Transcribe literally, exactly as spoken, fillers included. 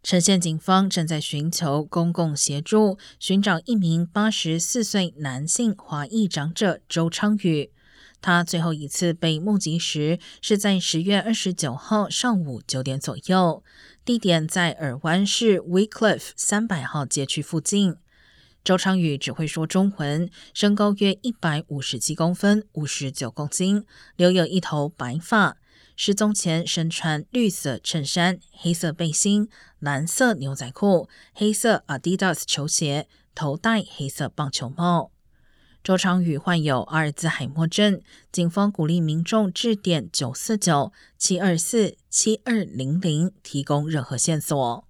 陈县警方正在寻求公共协助，寻找一名八十四岁男性华裔长者周昌宇。他最后一次被目击时是在十月二十九号上午九点左右，地点在尔湾市 Wycliffe 三百号街区附近。周昌宇只会说中文，身高约一百五十七公分，五十九公斤，留有一头白发。失踪前身穿绿色衬衫、黑色背心、蓝色牛仔裤、黑色 Adidas 球鞋，头戴黑色棒球帽。周昌宇患有阿尔兹海默症，警方鼓励民众致电九四九 七二四 七二零零提供任何线索。